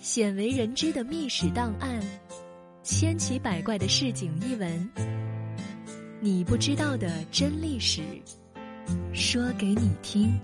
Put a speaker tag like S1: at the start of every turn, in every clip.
S1: 鲜为人知的秘史档案，千奇百怪的市井异闻，你不知道的真历史，说给你听。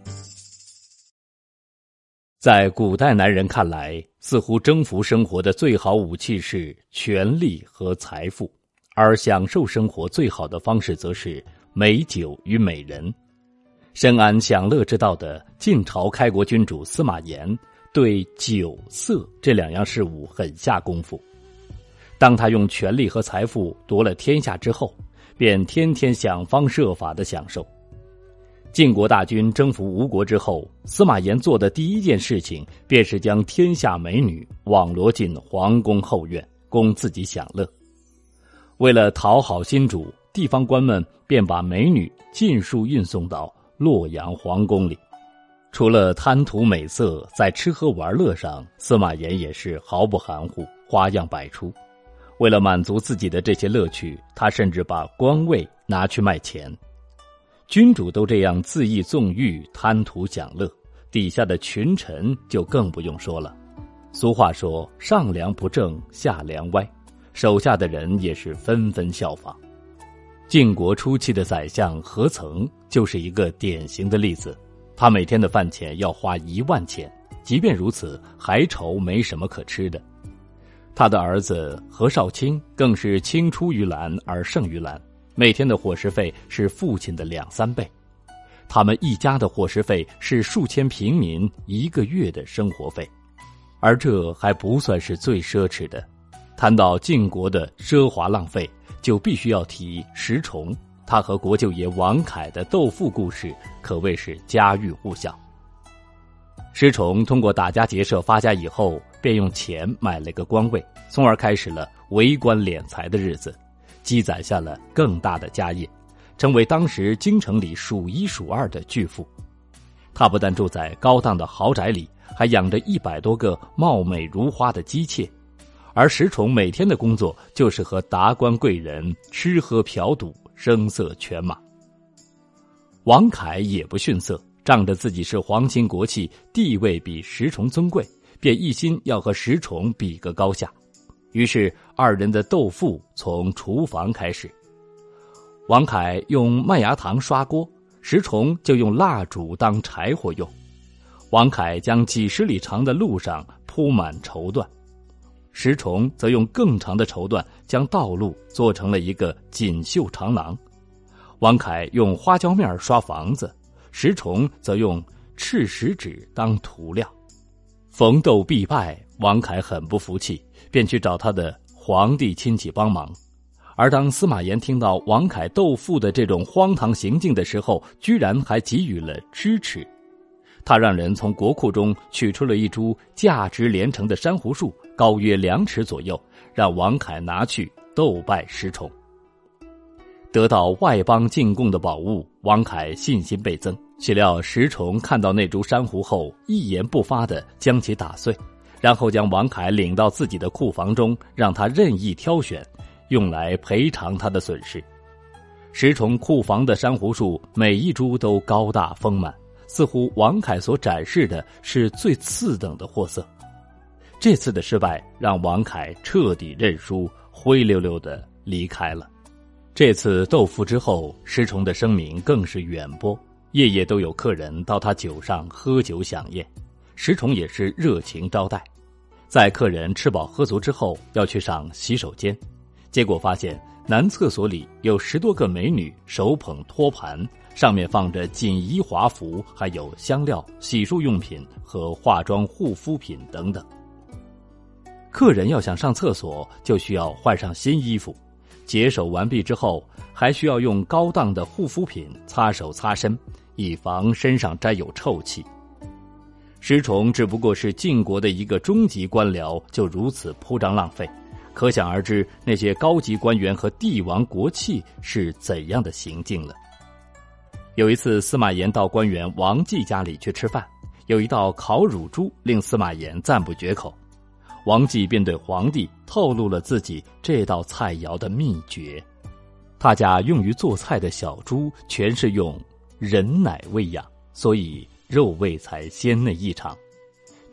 S2: 在古代男人看来，似乎征服生活的最好武器是权力和财富，而享受生活最好的方式则是美酒与美人。深谙享乐之道的晋朝开国君主司马炎对酒色这两样事物很下功夫。当他用权力和财富夺了天下之后，便天天想方设法的享受。晋国大军征服吴国之后，司马炎做的第一件事情便是将天下美女网罗进皇宫后院，供自己享乐。为了讨好新主，地方官们便把美女尽数运送到洛阳皇宫里。除了贪图美色，在吃喝玩乐上，司马炎也是毫不含糊，花样百出。为了满足自己的这些乐趣，他甚至把官位拿去卖钱。君主都这样恣意纵欲，贪图享乐，底下的群臣就更不用说了。俗话说，上梁不正下梁歪，手下的人也是纷纷效仿。晋国初期的宰相何曾就是一个典型的例子，他每天的饭钱要花1万钱，即便如此还愁没什么可吃的。他的儿子何少卿更是青出于蓝而胜于蓝，每天的伙食费是父亲的2、3倍。他们一家的伙食费是数千平民1个月的生活费。而这还不算是最奢侈的。谈到晋国的奢华浪费，就必须要提石崇，他和国舅爷王恺的斗富故事可谓是家喻户晓。石崇通过打家劫舍发家以后，便用钱买了个官位，从而开始了为官敛财的日子，积攒下了更大的家业，成为当时京城里数1数2的巨富。他不但住在高档的豪宅里，还养着100多个貌美如花的姬妾。而石崇每天的工作就是和达官贵人吃喝嫖赌，声色犬马。王恺也不逊色，仗着自己是皇亲国戚，地位比石崇尊贵，便一心要和石崇比个高下。于是二人的斗富从厨房开始。王恺用麦芽糖刷锅，石崇就用蜡烛当柴火用。王恺将几10里长的路上铺满绸缎，石崇则用更长的绸缎将道路做成了一个锦绣长廊。王恺用花椒面刷房子，石崇则用赤石纸当涂料。逢斗必败，王恺很不服气，便去找他的皇帝亲戚帮忙。而当司马炎听到王恺斗富的这种荒唐行径的时候，居然还给予了支持。他让人从国库中取出了一株价值连城的珊瑚树，高约2尺左右，让王恺拿去斗败石崇。得到外邦进贡的宝物，王恺信心倍增。岂料石崇看到那株珊瑚后，一言不发地将其打碎，然后将王恺领到自己的库房中，让他任意挑选，用来赔偿他的损失。石崇库房的珊瑚树每一株都高大丰满，似乎王恺所展示的是最次等的货色。这次的失败让王恺彻底认输，灰溜溜地离开了。这次斗富之后，石崇的声名更是远播，夜夜都有客人到他酒上喝酒享宴，石崇也是热情招待。在客人吃饱喝足之后，要去上洗手间，结果发现男厕所里有10多个美女手捧托盘，上面放着锦衣华服，还有香料、洗漱用品和化妆护肤品等等。客人要想上厕所，就需要换上新衣服，解手完毕之后，还需要用高档的护肤品擦手擦身，以防身上沾有臭气。石崇只不过是晋国的一个中级官僚，就如此铺张浪费，可想而知那些高级官员和帝王国戚是怎样的行径了。有一次，司马炎到官员王季家里去吃饭，有一道烤乳猪令司马炎赞不绝口。王季便对皇帝透露了自己这道菜肴的秘诀。他家用于做菜的小猪全是用人奶喂养，所以肉味才鲜嫩异常。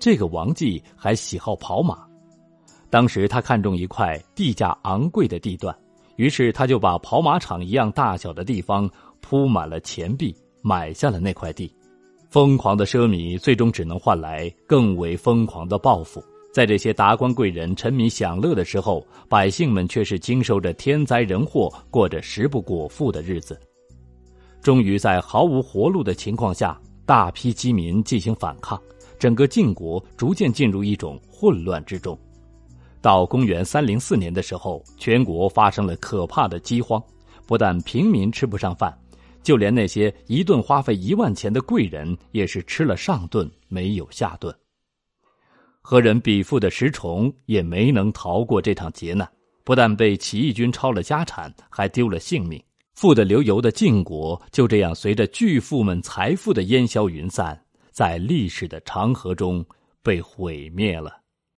S2: 这个王继还喜好跑马。当时他看中一块地价昂贵的地段，于是他就把跑马场一样大小的地方铺满了钱币，买下了那块地。疯狂的奢靡最终只能换来更为疯狂的报复。在这些达官贵人沉迷享乐的时候，百姓们却是经受着天灾人祸，过着食不果腹的日子。终于在毫无活路的情况下，大批饥民进行反抗，整个晋国逐渐进入一种混乱之中。到公元304年的时候，全国发生了可怕的饥荒，不但平民吃不上饭，就连那些一顿花费1万钱的贵人也是吃了上顿没有下顿。和人比附的石崇也没能逃过这场劫难，不但被起义军抄了家产，还丢了性命。富得流油的晋国就这样随着巨富们财富的烟消云散，在历史的长河中被毁灭了。